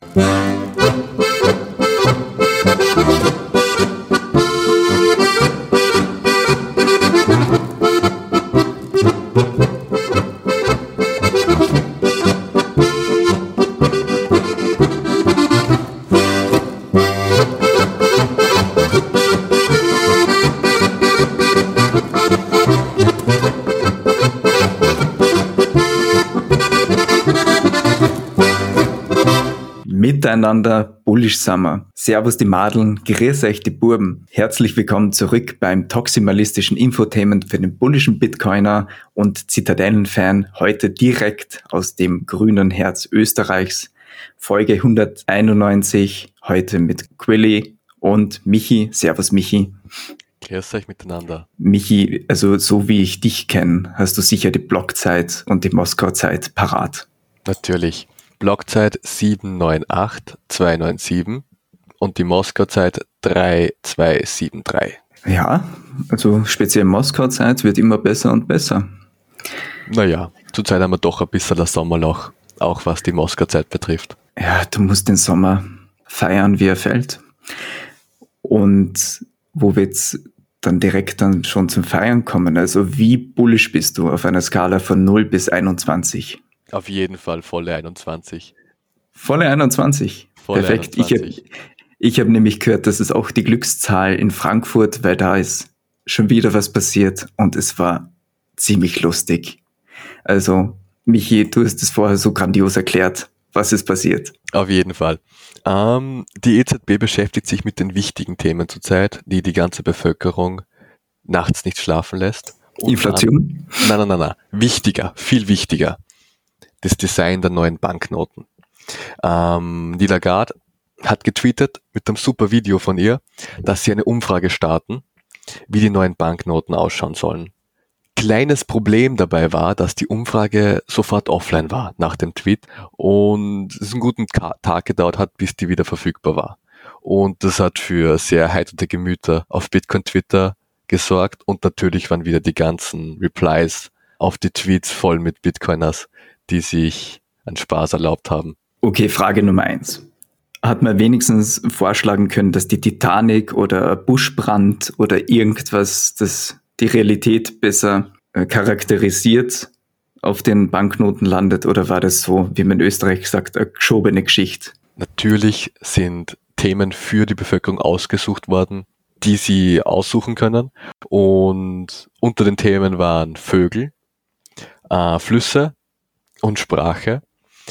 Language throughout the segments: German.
Miteinander bullish Summer. Servus die Madeln, grüß euch die Burben. Herzlich willkommen zurück beim toximalistischen Infotainment für den bullischen Bitcoiner und Zitadellenfan, heute direkt aus dem grünen Herz Österreichs. Folge 191, heute mit Quilly und Michi. Servus Michi. Grüß euch miteinander. Michi, also so wie ich dich kenne, hast du sicher die Blockzeit und die Moskau-Zeit parat. Natürlich. Blockzeit 798297 und die Moskau-Zeit 3273. Ja, also speziell Moskau-Zeit wird immer besser und besser. Naja, zurzeit haben wir doch ein bisschen das Sommerloch, auch was die Moskau-Zeit betrifft. Ja, du musst den Sommer feiern, wie er fällt. Und wo wir jetzt dann direkt dann schon zum Feiern kommen, also wie bullish bist du auf einer Skala von 0 bis 21? Auf jeden Fall volle 21. Volle 21? Volle Perfekt. 21. Ich hab nämlich gehört, das ist auch die Glückszahl in Frankfurt, weil da ist schon wieder was passiert und es war ziemlich lustig. Also, Michi, du hast es vorher so grandios erklärt. Was ist passiert? Auf jeden Fall. Die EZB beschäftigt sich mit den wichtigen Themen zurzeit, die die ganze Bevölkerung nachts nicht schlafen lässt. Inflation? Nein. Wichtiger, viel wichtiger. Das Design der neuen Banknoten. Die Lagarde hat getweetet mit einem super Video von ihr, dass sie eine Umfrage starten, wie die neuen Banknoten ausschauen sollen. Kleines Problem dabei war, dass die Umfrage sofort offline war nach dem Tweet und es einen guten Tag gedauert hat, bis die wieder verfügbar war. Und das hat für sehr erheiterte Gemüter auf Bitcoin-Twitter gesorgt und natürlich waren wieder die ganzen Replies auf die Tweets voll mit Bitcoiners, die sich einen Spaß erlaubt haben. Okay, Frage Nummer 1. Hat man wenigstens vorschlagen können, dass die Titanic oder Buschbrand oder irgendwas, das die Realität besser charakterisiert, auf den Banknoten landet? Oder war das so, wie man in Österreich sagt, eine geschobene Geschichte? Natürlich sind Themen für die Bevölkerung ausgesucht worden, die sie aussuchen können. Und unter den Themen waren Vögel, Flüsse und Sprache.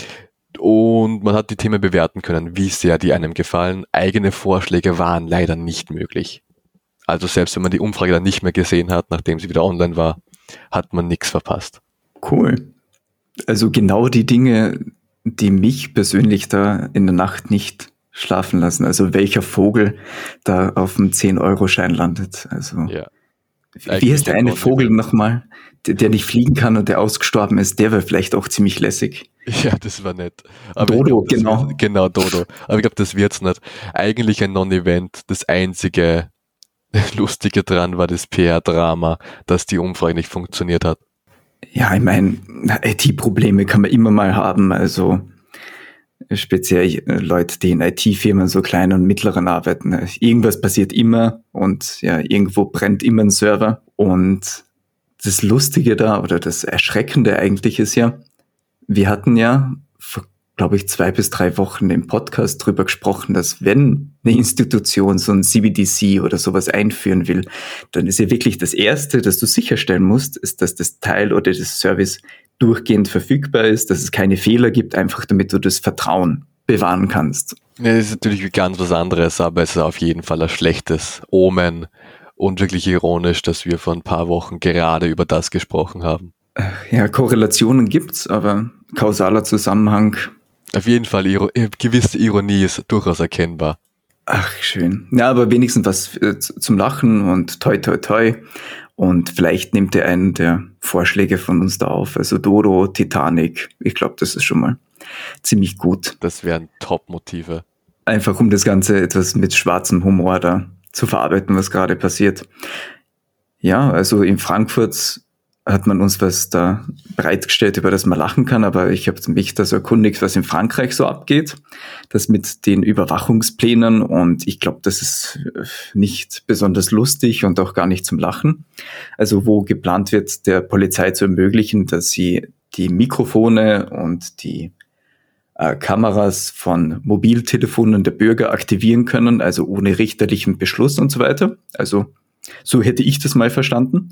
Und man hat die Themen bewerten können, wie sehr die einem gefallen. Eigene Vorschläge waren leider nicht möglich. Also selbst wenn man die Umfrage dann nicht mehr gesehen hat, nachdem sie wieder online war, hat man nichts verpasst. Cool. Also genau die Dinge, die mich persönlich da in der Nacht nicht schlafen lassen. Also welcher Vogel da auf dem 10-Euro-Schein landet. Also Ja. wie heißt der eine Vogel nochmal, der nicht fliegen kann und der ausgestorben ist? Der wäre vielleicht auch ziemlich lässig. Ja, das war nett. Aber Dodo, glaub, genau. Genau, Dodo. Aber ich glaube, das wird's nicht. Eigentlich ein Non-Event. Das einzige Lustige dran war das PR-Drama, dass die Umfrage nicht funktioniert hat. Ja, ich meine, IT-Probleme kann man immer mal haben. Also speziell Leute, die in IT-Firmen, so kleinen und mittleren arbeiten. Irgendwas passiert immer und ja, irgendwo brennt immer ein Server. Und das Lustige da oder das Erschreckende eigentlich ist ja, wir hatten ja vor, glaube ich, 2 bis 3 Wochen im Podcast drüber gesprochen, dass wenn eine Institution so ein CBDC oder sowas einführen will, dann ist ja wirklich das Erste, das du sicherstellen musst, ist, dass das Teil oder das Service durchgehend verfügbar ist, dass es keine Fehler gibt, einfach damit du das Vertrauen bewahren kannst. Ja, das ist natürlich ganz was anderes, aber es ist auf jeden Fall ein schlechtes Omen und wirklich ironisch, dass wir vor ein paar Wochen gerade über das gesprochen haben. Ja, Korrelationen gibt's, aber kausaler Zusammenhang. Auf jeden Fall, gewisse Ironie ist durchaus erkennbar. Ach, schön. Ja, aber wenigstens was zum Lachen und toi, toi, toi. Und vielleicht nimmt er einen der Vorschläge von uns da auf. Also Dodo, Titanic. Ich glaube, das ist schon mal ziemlich gut. Das wären Top-Motive. Einfach um das Ganze etwas mit schwarzem Humor da zu verarbeiten, was gerade passiert. Ja, also in Frankfurt hat man uns was da bereitgestellt, über das man lachen kann, aber ich habe mich da so erkundigt, was in Frankreich so abgeht, das mit den Überwachungsplänen, und ich glaube, das ist nicht besonders lustig und auch gar nicht zum Lachen. Also wo geplant wird, der Polizei zu ermöglichen, dass sie die Mikrofone und die Kameras von Mobiltelefonen der Bürger aktivieren können, also ohne richterlichen Beschluss und so weiter. Also so hätte ich das mal verstanden.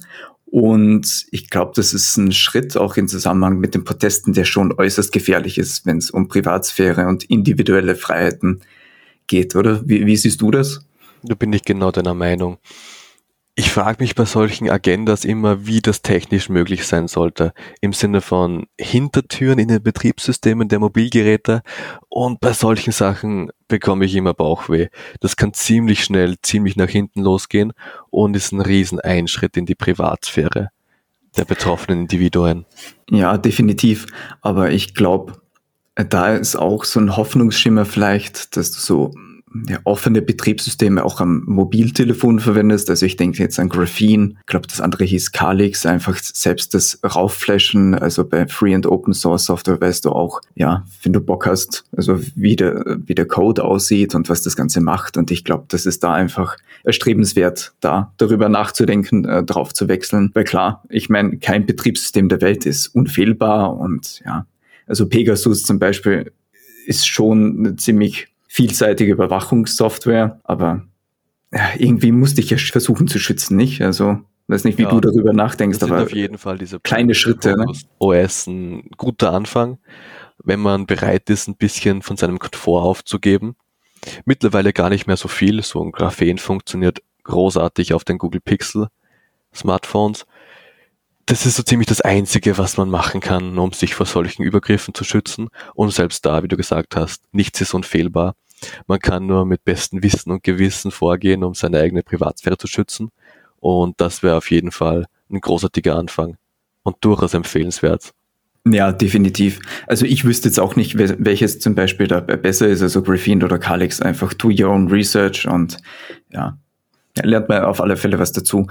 Und ich glaube, das ist ein Schritt auch im Zusammenhang mit den Protesten, der schon äußerst gefährlich ist, wenn es um Privatsphäre und individuelle Freiheiten geht, oder? Wie siehst du das? Da bin ich genau deiner Meinung. Ich frage mich bei solchen Agendas immer, wie das technisch möglich sein sollte. Im Sinne von Hintertüren in den Betriebssystemen der Mobilgeräte, und bei solchen Sachen bekomme ich immer Bauchweh. Das kann ziemlich schnell, ziemlich nach hinten losgehen und ist ein Rieseneinschritt in die Privatsphäre der betroffenen Individuen. Ja, definitiv. Aber ich glaube, da ist auch so ein Hoffnungsschimmer vielleicht, dass du so offene Betriebssysteme auch am Mobiltelefon verwendest. Also ich denke jetzt an Graphene. Ich glaube, das andere hieß Calyx. Einfach selbst das Raufflashen. Also bei Free and Open Source Software weißt du auch, ja, wenn du Bock hast, also wie der Code aussieht und was das Ganze macht. Und ich glaube, das ist da einfach erstrebenswert, da darüber nachzudenken, drauf zu wechseln. Weil klar, ich meine, kein Betriebssystem der Welt ist unfehlbar, und ja, also Pegasus zum Beispiel ist schon eine ziemlich vielseitige Überwachungssoftware, aber ja, irgendwie musste ich ja versuchen zu schützen, nicht? Also, weiß nicht, wie du darüber nachdenkst, aber auf jeden Fall diese kleine Schritte. Ne? OS ein guter Anfang, wenn man bereit ist, ein bisschen von seinem Komfort aufzugeben. Mittlerweile gar nicht mehr so viel. So ein Graphen funktioniert großartig auf den Google Pixel Smartphones. Das ist so ziemlich das Einzige, was man machen kann, um sich vor solchen Übergriffen zu schützen. Und selbst da, wie du gesagt hast, nichts ist unfehlbar. Man kann nur mit bestem Wissen und Gewissen vorgehen, um seine eigene Privatsphäre zu schützen. Und das wäre auf jeden Fall ein großartiger Anfang und durchaus empfehlenswert. Ja, definitiv. Also ich wüsste jetzt auch nicht, welches zum Beispiel da besser ist, also Graphene oder Calyx. Einfach do your own research und ja, lernt man auf alle Fälle was dazu.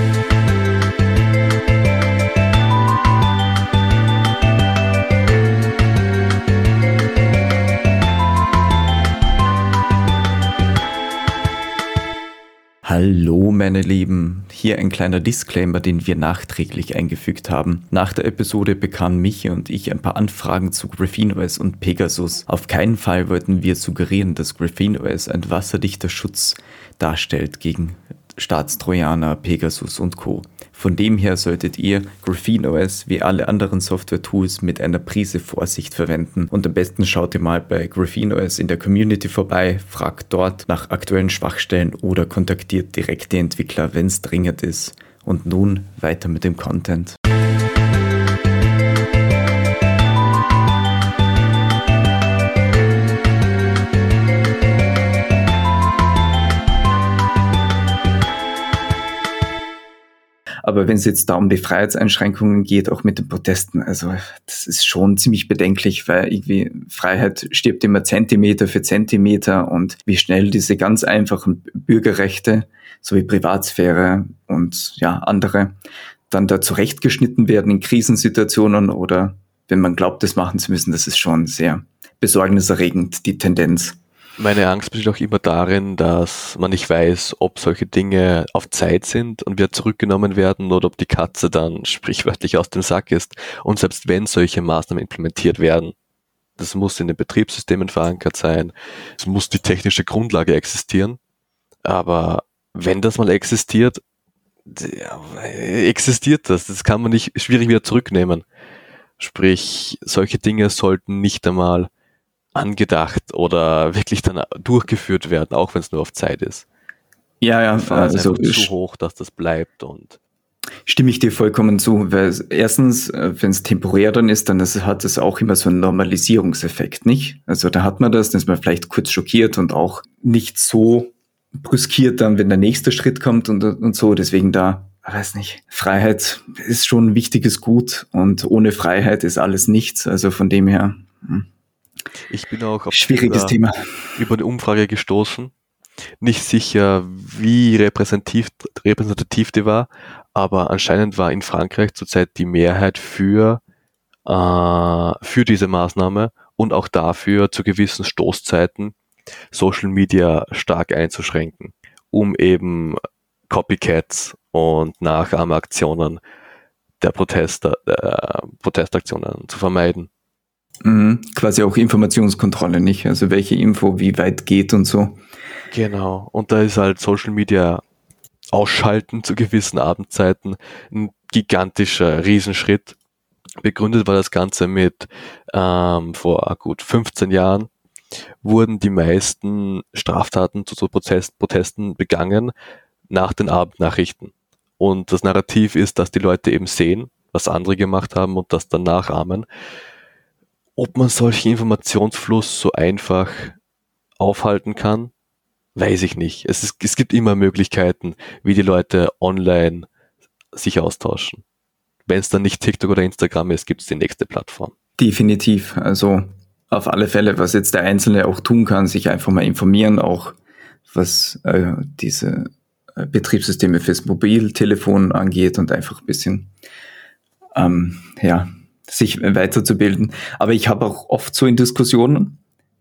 Hallo meine Lieben, hier ein kleiner Disclaimer, den wir nachträglich eingefügt haben. Nach der Episode bekamen Michi und ich ein paar Anfragen zu Graphene OS und Pegasus. Auf keinen Fall wollten wir suggerieren, dass Graphene OS ein wasserdichter Schutz darstellt gegen Staatstrojaner, Pegasus und Co. Von dem her solltet ihr Graphene OS wie alle anderen Software-Tools mit einer Prise Vorsicht verwenden. Und am besten schaut ihr mal bei Graphene OS in der Community vorbei, fragt dort nach aktuellen Schwachstellen oder kontaktiert direkt die Entwickler, wenn es dringend ist. Und nun weiter mit dem Content. Aber wenn es jetzt da um die Freiheitseinschränkungen geht, auch mit den Protesten, also das ist schon ziemlich bedenklich, weil irgendwie Freiheit stirbt immer Zentimeter für Zentimeter, und wie schnell diese ganz einfachen Bürgerrechte sowie Privatsphäre und ja andere dann da zurechtgeschnitten werden in Krisensituationen oder wenn man glaubt, das machen zu müssen, das ist schon sehr besorgniserregend, die Tendenz. Meine Angst besteht auch immer darin, dass man nicht weiß, ob solche Dinge auf Zeit sind und wieder zurückgenommen werden oder ob die Katze dann sprichwörtlich aus dem Sack ist. Und selbst wenn solche Maßnahmen implementiert werden, das muss in den Betriebssystemen verankert sein, es muss die technische Grundlage existieren. Aber wenn das mal existiert, existiert das. Das kann man nicht schwierig wieder zurücknehmen. Sprich, solche Dinge sollten nicht einmal angedacht oder wirklich dann durchgeführt werden, auch wenn es nur auf Zeit ist. Ja, also zu hoch, dass das bleibt. Und stimme ich dir vollkommen zu, weil erstens, wenn es temporär dann ist, dann hat es auch immer so einen Normalisierungseffekt, nicht? Also da hat man das, dann ist man vielleicht kurz schockiert und auch nicht so brüskiert dann, wenn der nächste Schritt kommt und so. Deswegen da, ich weiß nicht, Freiheit ist schon ein wichtiges Gut und ohne Freiheit ist alles nichts. Also von dem her. Ich bin auch auf schwieriges Thema. Über eine Umfrage gestoßen, Nicht sicher, wie repräsentativ die war, aber anscheinend war in Frankreich zurzeit die Mehrheit für diese Maßnahme und auch dafür, zu gewissen Stoßzeiten Social Media stark einzuschränken, um eben Copycats und Nachahmeraktionen Protestaktionen zu vermeiden. Quasi auch Informationskontrolle, nicht? Also welche Info wie weit geht und so. Genau. Und da ist halt Social Media ausschalten zu gewissen Abendzeiten ein gigantischer Riesenschritt. Begründet war das Ganze mit vor gut 15 Jahren wurden die meisten Straftaten zu so Protesten begangen nach den Abendnachrichten. Und das Narrativ ist, dass die Leute eben sehen, was andere gemacht haben und das dann nachahmen. Ob man solchen Informationsfluss so einfach aufhalten kann, weiß ich nicht. Es gibt immer Möglichkeiten, wie die Leute online sich austauschen. Wenn es dann nicht TikTok oder Instagram ist, gibt es die nächste Plattform. Definitiv. Also auf alle Fälle, was jetzt der Einzelne auch tun kann, sich einfach mal informieren, auch was diese Betriebssysteme fürs Mobiltelefon angeht und einfach ein bisschen sich weiterzubilden. Aber ich habe auch oft so in Diskussionen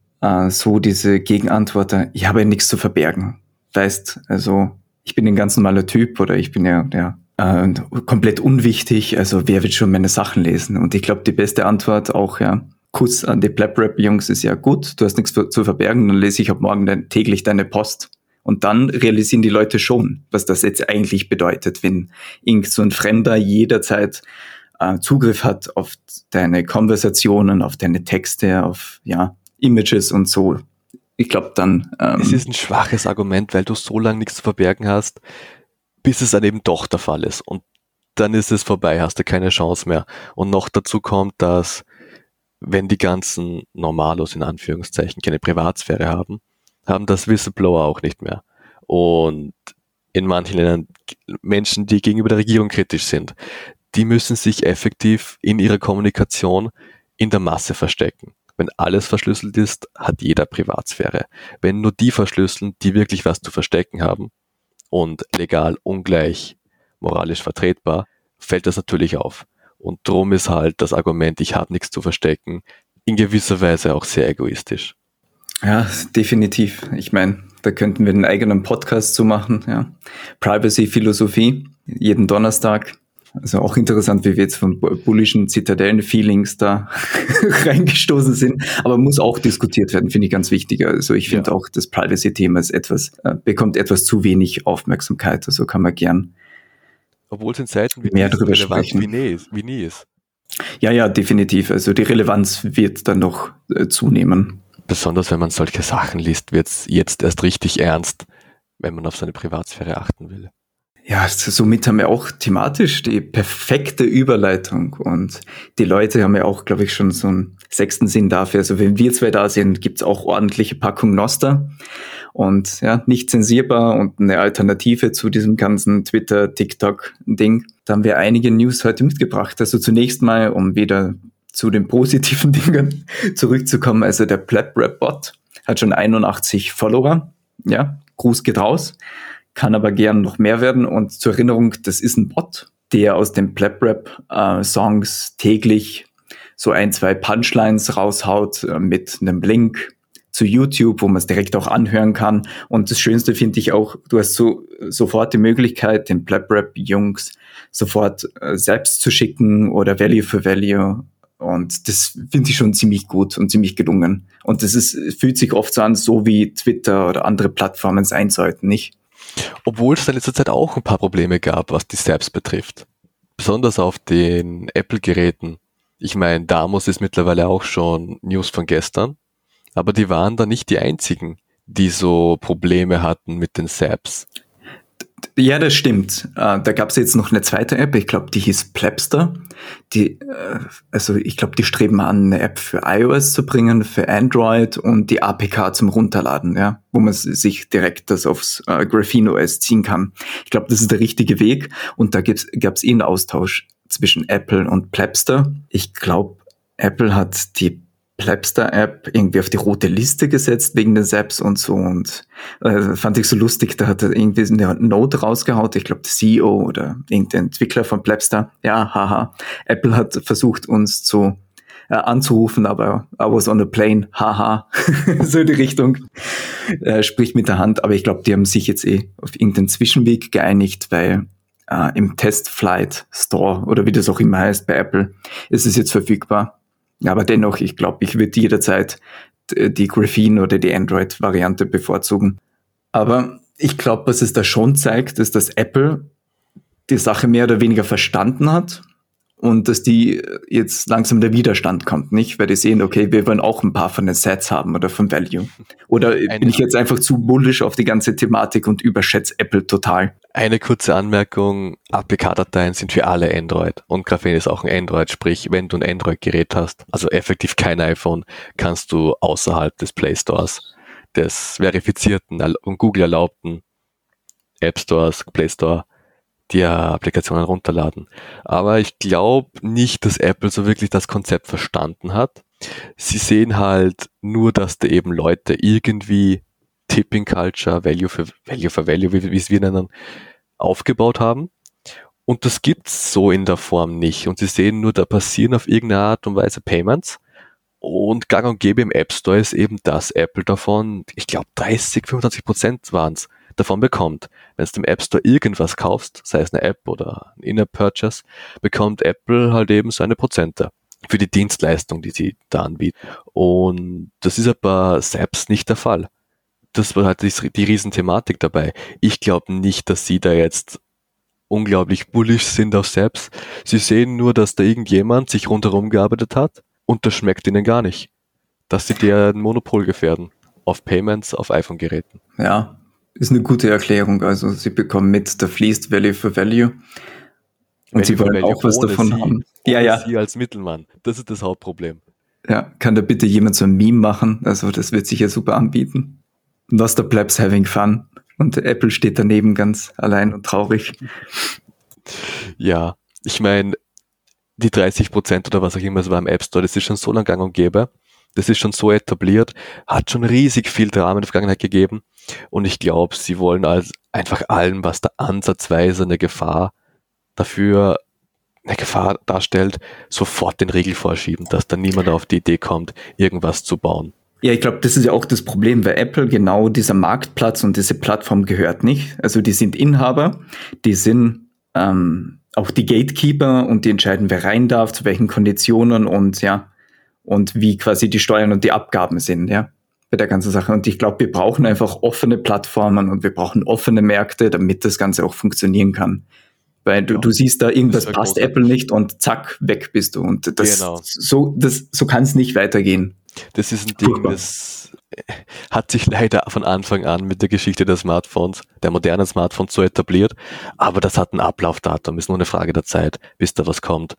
so diese Gegenantwort, ich habe ja nichts zu verbergen. Weißt, also ich bin ein ganz normaler Typ oder ich bin ja komplett unwichtig, also wer wird schon meine Sachen lesen? Und ich glaube, die beste Antwort auch, ja, Kuss an die Plap-Rap-Jungs ist ja gut, du hast nichts zu verbergen, dann lese ich ab morgen täglich deine Post. Und dann realisieren die Leute schon, was das jetzt eigentlich bedeutet, wenn irgend so ein Fremder jederzeit Zugriff hat auf deine Konversationen, auf deine Texte, auf Images und so. Ich glaube dann... es ist ein schwaches Argument, weil du so lange nichts zu verbergen hast, bis es dann eben doch der Fall ist. Und dann ist es vorbei, hast du keine Chance mehr. Und noch dazu kommt, dass wenn die ganzen Normalos in Anführungszeichen keine Privatsphäre haben das Whistleblower auch nicht mehr. Und in manchen Ländern Menschen, die gegenüber der Regierung kritisch sind, die müssen sich effektiv in ihrer Kommunikation in der Masse verstecken. Wenn alles verschlüsselt ist, hat jeder Privatsphäre. Wenn nur die verschlüsseln, die wirklich was zu verstecken haben und legal ungleich moralisch vertretbar, fällt das natürlich auf. Und drum ist halt das Argument, ich habe nichts zu verstecken, in gewisser Weise auch sehr egoistisch. Ja, definitiv. Ich meine, da könnten wir einen eigenen Podcast zu machen. Ja. Privacy-Philosophie, jeden Donnerstag. Also auch interessant, wie wir jetzt von bullischen Zitadellen-Feelings da reingestoßen sind. Aber muss auch diskutiert werden, finde ich ganz wichtig. Also ich finde auch, das Privacy-Thema ist bekommt etwas zu wenig Aufmerksamkeit. Also kann man gern obwohl es in Zeiten wie mehr darüber sprechen. Wie nie ist. Ja, definitiv. Also die Relevanz wird dann noch zunehmen. Besonders wenn man solche Sachen liest, wird es jetzt erst richtig ernst, wenn man auf seine Privatsphäre achten will. Ja, somit haben wir auch thematisch die perfekte Überleitung und die Leute haben ja auch, glaube ich, schon so einen sechsten Sinn dafür. Also wenn wir zwei da sind, gibt's auch ordentliche Packung Noster und ja, nicht zensierbar und eine Alternative zu diesem ganzen Twitter, TikTok-Ding. Da haben wir einige News heute mitgebracht. Also zunächst mal, um wieder zu den positiven Dingen zurückzukommen. Also der Plap-Rap-Bot hat schon 81 Follower. Ja, Gruß geht raus. Kann aber gern noch mehr werden. Und zur Erinnerung, das ist ein Bot, der aus den Plap-Rap-Songs täglich so 1-2 Punchlines raushaut mit einem Link zu YouTube, wo man es direkt auch anhören kann. Und das Schönste finde ich auch, du hast sofort die Möglichkeit, den Plap-Rap-Jungs sofort selbst zu schicken oder Value for Value. Und das finde ich schon ziemlich gut und ziemlich gelungen. Und fühlt sich oft so an, so wie Twitter oder andere Plattformen sein sollten, nicht? Obwohl es in letzter Zeit auch ein paar Probleme gab, was die Sabs betrifft. Besonders auf den Apple-Geräten. Ich meine, Damos ist mittlerweile auch schon News von gestern. Aber die waren da nicht die einzigen, die so Probleme hatten mit den Sabs. Ja, das stimmt. Da gab es jetzt noch eine zweite App, ich glaube, die hieß Plapster. Ich glaube, die streben an, eine App für iOS zu bringen, für Android und die APK zum Runterladen, ja, wo man sich direkt das aufs Graphene OS ziehen kann. Ich glaube, das ist der richtige Weg und da gab es einen Austausch zwischen Apple und Plapster. Ich glaube, Apple hat die Plapster-App irgendwie auf die rote Liste gesetzt wegen den Apps und so. Und fand ich so lustig, da hat er irgendwie eine Note rausgehaut, ich glaube der CEO oder irgendein Entwickler von Plapster. Ja, haha. Apple hat versucht, uns anzurufen, aber I was on a plane, haha. So in die Richtung. Sprich mit der Hand, aber ich glaube, die haben sich jetzt auf irgendeinen Zwischenweg geeinigt, weil im Test-Flight Store oder wie das auch immer heißt bei Apple ist es jetzt verfügbar. Aber dennoch, ich glaube, ich würde jederzeit die Graphene oder die Android-Variante bevorzugen. Aber ich glaube, was es da schon zeigt, ist, dass Apple die Sache mehr oder weniger verstanden hat und dass die jetzt langsam der Widerstand kommt, nicht? Weil die sehen, okay, wir wollen auch ein paar von den Sets haben oder von Value. Oder bin ich jetzt einfach zu bullish auf die ganze Thematik und überschätze Apple total? Eine kurze Anmerkung, APK-Dateien sind für alle Android und Graphene ist auch ein Android, sprich, wenn du ein Android-Gerät hast, also effektiv kein iPhone, kannst du außerhalb des Play Stores, des verifizierten und Google erlaubten App Stores, Play Store, die Applikationen runterladen. Aber ich glaube nicht, dass Apple so wirklich das Konzept verstanden hat. Sie sehen halt nur, dass da eben Leute irgendwie Tipping Culture, Value for Value, wie es wir nennen, aufgebaut haben. Und das gibt's so in der Form nicht. Und sie sehen nur, da passieren auf irgendeine Art und Weise Payments. Und gang und gäbe im App Store ist eben, dass Apple davon, ich glaube 30-25% waren's, davon bekommt. Wenn du im App Store irgendwas kaufst, sei es eine App oder ein In-App-Purchase, bekommt Apple halt eben so eine Prozente für die Dienstleistung, die sie da anbieten. Und das ist aber selbst nicht der Fall. Das war halt die Riesenthematik dabei. Ich glaube nicht, dass sie da jetzt unglaublich bullish sind auf Apps. Sie sehen nur, dass da irgendjemand sich rundherum gearbeitet hat und das schmeckt ihnen gar nicht. Dass sie deren Monopol gefährden. Auf Payments, auf iPhone-Geräten. Ja, ist eine gute Erklärung. Also sie bekommen mit, da fließt Value for Value. Und sie wollen auch was davon haben. Ja. Sie als Mittelmann. Das ist das Hauptproblem. Ja, kann da bitte jemand so ein Meme machen? Also das wird sich ja super anbieten. Was the Plebs having fun? Und Apple steht daneben ganz allein und traurig. Ja, ich meine, die 30% oder was auch immer es war im App Store, das ist schon so lang gang und gäbe. Das ist schon so etabliert, hat schon riesig viel Drama in der Vergangenheit gegeben. Und ich glaube, sie wollen einfach allem, was da ansatzweise eine Gefahr darstellt, sofort den Riegel vorschieben, dass dann niemand auf die Idee kommt, irgendwas zu bauen. Ja, ich glaube, das ist ja auch das Problem, weil Apple genau dieser Marktplatz und diese Plattform gehört nicht. Also die sind Inhaber, die sind auch die Gatekeeper und die entscheiden, wer rein darf, zu welchen Konditionen und wie quasi die Steuern und die Abgaben sind, ja, bei der ganzen Sache. Und ich glaube, wir brauchen einfach offene Plattformen und wir brauchen offene Märkte, damit das Ganze auch funktionieren kann. Weil du siehst da, irgendwas passt Apple nicht und zack, weg bist du. Und so kann es nicht weitergehen. Das ist ein Ding, das hat sich leider von Anfang an mit der Geschichte der Smartphones, der modernen Smartphones so etabliert, aber das hat ein Ablaufdatum, ist nur eine Frage der Zeit, bis da was kommt.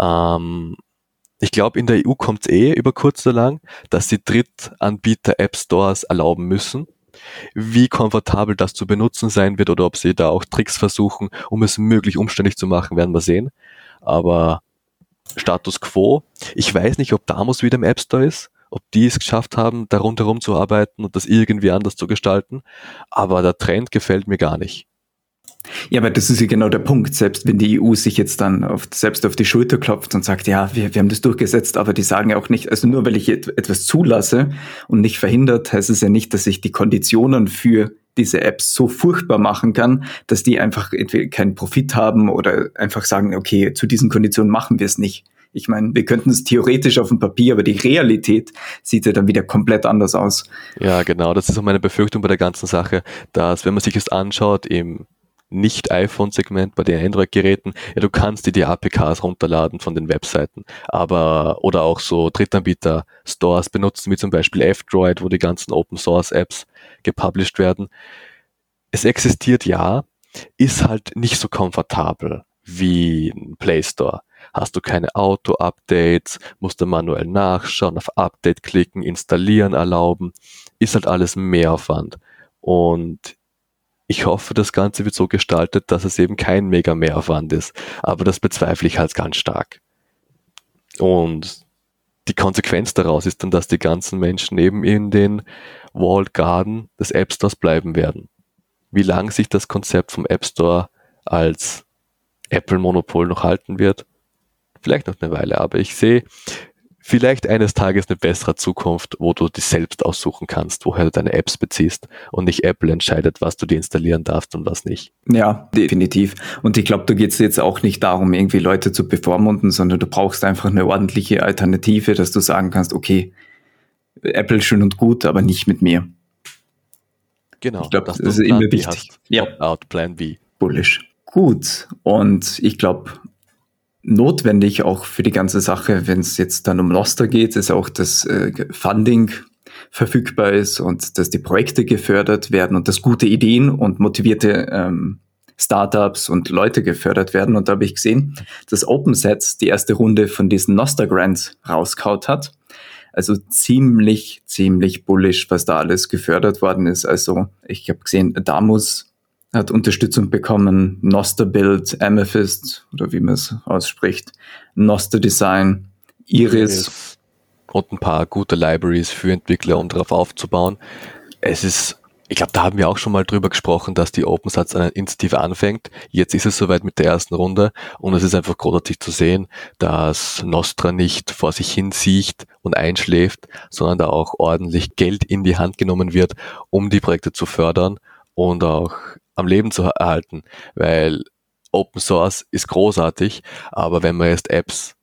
Ich glaube, in der EU kommt es über kurz oder lang, dass die Drittanbieter-App-Stores erlauben müssen. Wie komfortabel das zu benutzen sein wird oder ob sie da auch Tricks versuchen, um es möglich umständlich zu machen, werden wir sehen. Aber Status Quo, ich weiß nicht, ob Damos wieder im App Store ist, ob die es geschafft haben, da rundherum zu arbeiten und das irgendwie anders zu gestalten, aber der Trend gefällt mir gar nicht. Ja, aber das ist ja genau der Punkt. Selbst wenn die EU sich jetzt dann selbst auf die Schulter klopft und sagt, ja, wir haben das durchgesetzt, aber die sagen ja auch nicht, also nur weil ich etwas zulasse und nicht verhindert, heißt es ja nicht, dass ich die Konditionen für diese Apps so furchtbar machen kann, dass die einfach entweder keinen Profit haben oder einfach sagen, okay, zu diesen Konditionen machen wir es nicht. Ich meine, wir könnten es theoretisch auf dem Papier, aber die Realität sieht ja dann wieder komplett anders aus. Ja, genau. Das ist auch meine Befürchtung bei der ganzen Sache, dass, wenn man sich es anschaut, im Nicht-iPhone-Segment bei den Android-Geräten, ja, du kannst dir die APKs runterladen von den Webseiten, oder auch so Drittanbieter-Stores benutzen, wie zum Beispiel F-Droid, wo die ganzen Open-Source-Apps gepublished werden. Es existiert, ja, ist halt nicht so komfortabel wie ein Play Store. Hast du keine Auto-Updates, musst du manuell nachschauen, auf Update klicken, installieren erlauben, ist halt alles Mehraufwand. Und ich hoffe, das Ganze wird so gestaltet, dass es eben kein mega Mehraufwand ist. Aber das bezweifle ich halt ganz stark. Und die Konsequenz daraus ist dann, dass die ganzen Menschen eben in den Walled Garden des App Stores bleiben werden. Wie lange sich das Konzept vom App Store als Apple-Monopol noch halten wird, vielleicht noch eine Weile, aber ich sehe vielleicht eines Tages eine bessere Zukunft, wo du dich selbst aussuchen kannst, woher du deine Apps beziehst und nicht Apple entscheidet, was du dir installieren darfst und was nicht. Ja, definitiv. Und ich glaube, da geht es jetzt auch nicht darum, irgendwie Leute zu bevormunden, sondern du brauchst einfach eine ordentliche Alternative, dass du sagen kannst, okay, Apple schön und gut, aber nicht mit mir. Genau, Ich glaube, dass das du ist einen immer Plan B wichtig. hast. Ja, Opt-out, Plan B. bullish. Gut. Und ich glaube, notwendig auch für die ganze Sache, wenn es jetzt dann um Nostr geht, ist auch, dass Funding verfügbar ist und dass die Projekte gefördert werden und dass gute Ideen und motivierte Startups und Leute gefördert werden. Und da habe ich gesehen, dass OpenSets die erste Runde von diesen Nostr Grants rauskaut hat. Also ziemlich bullish, was da alles gefördert worden ist. Also ich habe gesehen, Damus hat Unterstützung bekommen, Nostr Build, Amethyst, oder wie man es ausspricht, Nostr Design, Iris. Und ein paar gute Libraries für Entwickler, um darauf aufzubauen. Ich glaube, da haben wir auch schon mal drüber gesprochen, dass die OpenSats-Initiative anfängt. Jetzt ist es soweit mit der ersten Runde und es ist einfach großartig zu sehen, dass Nostr nicht vor sich hin siecht und einschläft, sondern da auch ordentlich Geld in die Hand genommen wird, um die Projekte zu fördern und auch am Leben zu erhalten, weil Open Source ist großartig, aber wenn man jetzt Apps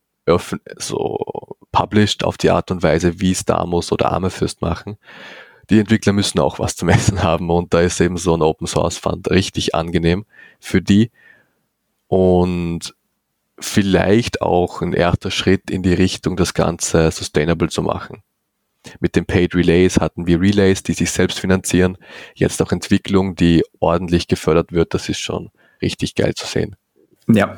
so published auf die Art und Weise, wie es Damus oder Amethyst machen, die Entwickler müssen auch was zum Essen haben und da ist eben so ein Open Source Fund richtig angenehm für die und vielleicht auch ein erster Schritt in die Richtung, das Ganze sustainable zu machen. Mit den Paid Relays hatten wir Relays, die sich selbst finanzieren. Jetzt auch Entwicklung, die ordentlich gefördert wird. Das ist schon richtig geil zu sehen. Ja,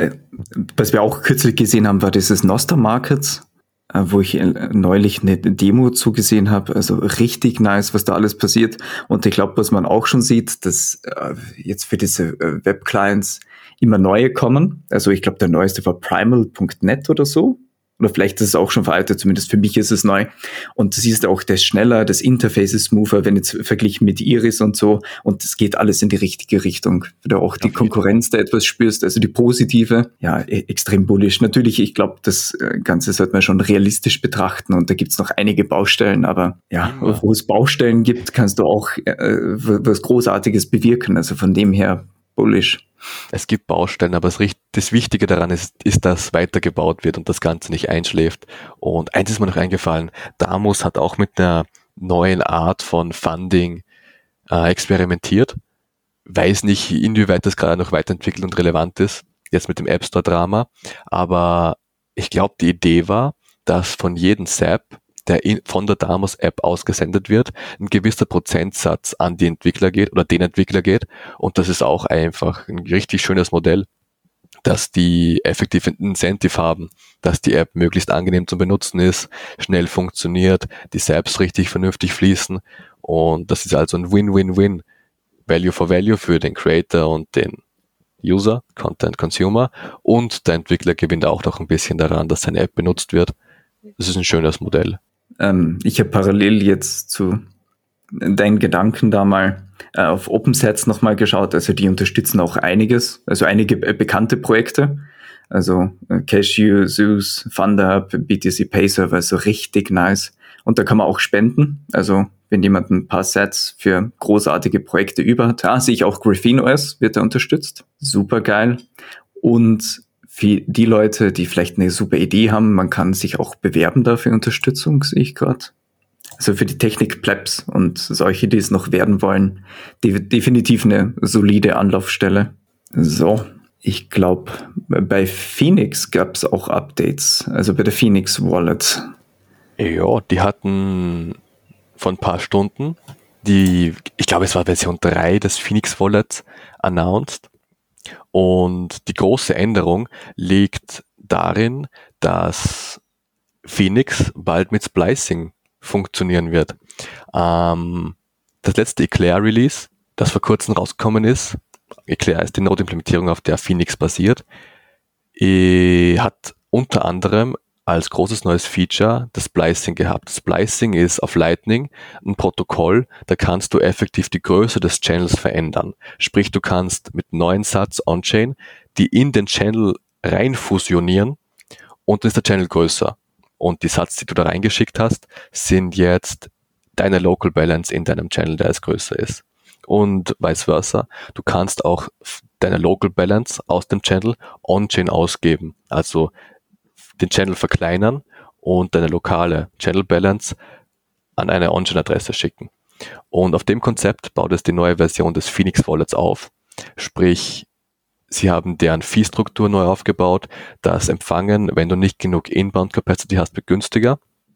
was wir auch kürzlich gesehen haben, war dieses Nostr Markets, wo ich neulich eine Demo zugesehen habe. Also richtig nice, was da alles passiert. Und ich glaube, was man auch schon sieht, dass jetzt für diese Web-Clients immer neue kommen. Also ich glaube, der neueste war primal.net oder so. Oder vielleicht ist es auch schon veraltet, zumindest für mich ist es neu. Und das ist auch, der ist schneller, das Interface ist smoother, wenn jetzt verglichen mit Iris und so. Und es geht alles in die richtige Richtung. Wenn du auch die Konkurrenz da etwas spürst, also die positive, ja, extrem bullish. Natürlich, ich glaube, das Ganze sollte man schon realistisch betrachten und da gibt's noch einige Baustellen, aber ja, wo es Baustellen gibt, kannst du auch was Großartiges bewirken. Also von dem her bullish. Es gibt Baustellen, aber das Wichtige daran ist, dass weitergebaut wird und das Ganze nicht einschläft. Und eins ist mir noch eingefallen, Damus hat auch mit einer neuen Art von Funding experimentiert. Weiß nicht, inwieweit das gerade noch weiterentwickelt und relevant ist, jetzt mit dem App Store Drama. Aber ich glaube, die Idee war, dass von jedem SAP, der von der Damus App ausgesendet wird, ein gewisser Prozentsatz an die Entwickler geht oder den Entwickler geht. Und das ist auch einfach ein richtig schönes Modell, dass die effektiv ein Incentive haben, dass die App möglichst angenehm zu benutzen ist, schnell funktioniert, die SAPs richtig vernünftig fließen. Und das ist also ein Win-Win-Win. Value for Value für den Creator und den User, Content Consumer. Und der Entwickler gewinnt auch noch ein bisschen daran, dass seine App benutzt wird. Das ist ein schönes Modell. Ich habe parallel jetzt zu deinen Gedanken da mal auf OpenSets nochmal geschaut. Also die unterstützen auch einiges, also einige bekannte Projekte. Also Cashew, Zeus, ThunderHub, BTC Pay Server, also richtig nice. Und da kann man auch spenden. Also wenn jemand ein paar Sets für großartige Projekte über hat. Sehe ich auch Graphene OS wird da unterstützt. Super geil. Und für die Leute, die vielleicht eine super Idee haben, man kann sich auch bewerben dafür Unterstützung, sehe ich gerade. Also für die Technik-Plebs und solche, die es noch werden wollen, definitiv eine solide Anlaufstelle. So, ich glaube, bei Phoenix gab es auch Updates, also bei der Phoenix Wallet. Ja, die hatten vor ein paar Stunden ich glaube, es war Version 3 des Phoenix Wallets announced. Und die große Änderung liegt darin, dass Phoenix bald mit Splicing funktionieren wird. Das letzte Eclair-Release, das vor kurzem rausgekommen ist, Eclair ist die Node-Implementierung, auf der Phoenix basiert, hat unter anderem als großes neues Feature das Splicing gehabt. Splicing ist auf Lightning ein Protokoll, da kannst du effektiv die Größe des Channels verändern. Sprich, du kannst mit neuen Satz on-chain die in den Channel rein fusionieren und dann ist der Channel größer. Und die Satz, die du da reingeschickt hast, sind jetzt deine Local Balance in deinem Channel, der es größer ist. Und vice versa. Du kannst auch deine Local Balance aus dem Channel on-chain ausgeben. Also den Channel verkleinern und deine lokale Channel Balance an eine On-Chain-Adresse schicken. Und auf dem Konzept baut es die neue Version des Phoenix Wallets auf. Sprich, sie haben deren Fee-Struktur neu aufgebaut. Das Empfangen, wenn du nicht genug Inbound-Capacity hast, wird günstiger.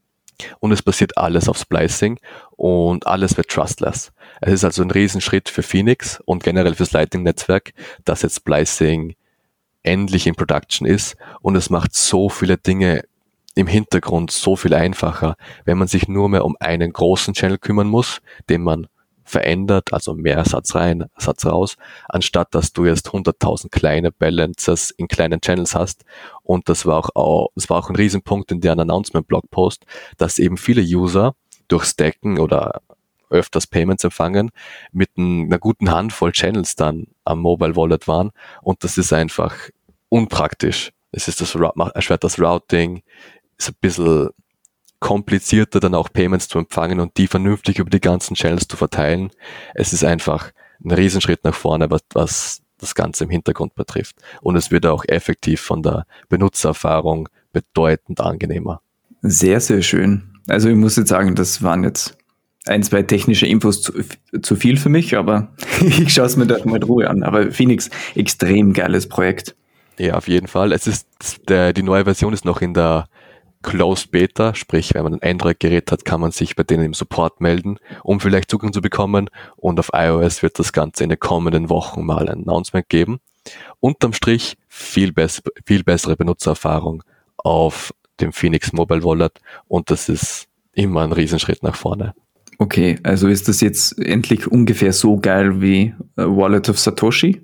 Und es basiert alles auf Splicing und alles wird trustless. Es ist also ein Riesenschritt für Phoenix und generell fürs Lightning-Netzwerk, dass jetzt Splicing endlich in Production ist und es macht so viele Dinge im Hintergrund so viel einfacher, wenn man sich nur mehr um einen großen Channel kümmern muss, den man verändert, also mehr Satz rein, Satz raus, anstatt dass du jetzt 100.000 kleine Balances in kleinen Channels hast. Und das war auch ein Riesenpunkt in deren Announcement-Blogpost, dass eben viele User durch Stacken oder öfters Payments empfangen, mit einer guten Handvoll Channels dann am Mobile Wallet waren. Und das ist einfach unpraktisch. Es ist erschwert das Routing, ist ein bisschen komplizierter, dann auch Payments zu empfangen und die vernünftig über die ganzen Channels zu verteilen. Es ist einfach ein Riesenschritt nach vorne, was das Ganze im Hintergrund betrifft. Und es wird auch effektiv von der Benutzererfahrung bedeutend angenehmer. Sehr, sehr schön. Also ich muss jetzt sagen, das waren jetzt ein, zwei technische Infos zu viel für mich, aber ich schaue es mir da mal in Ruhe an. Aber Phoenix, extrem geiles Projekt. Ja, auf jeden Fall. Die neue Version ist noch in der Closed Beta, sprich, wenn man ein Android-Gerät hat, kann man sich bei denen im Support melden, um vielleicht Zugang zu bekommen. Und auf iOS wird das Ganze in den kommenden Wochen mal ein Announcement geben. Unterm Strich viel bessere Benutzererfahrung auf dem Phoenix Mobile Wallet und das ist immer ein Riesenschritt nach vorne. Okay, also ist das jetzt endlich ungefähr so geil wie Wallet of Satoshi?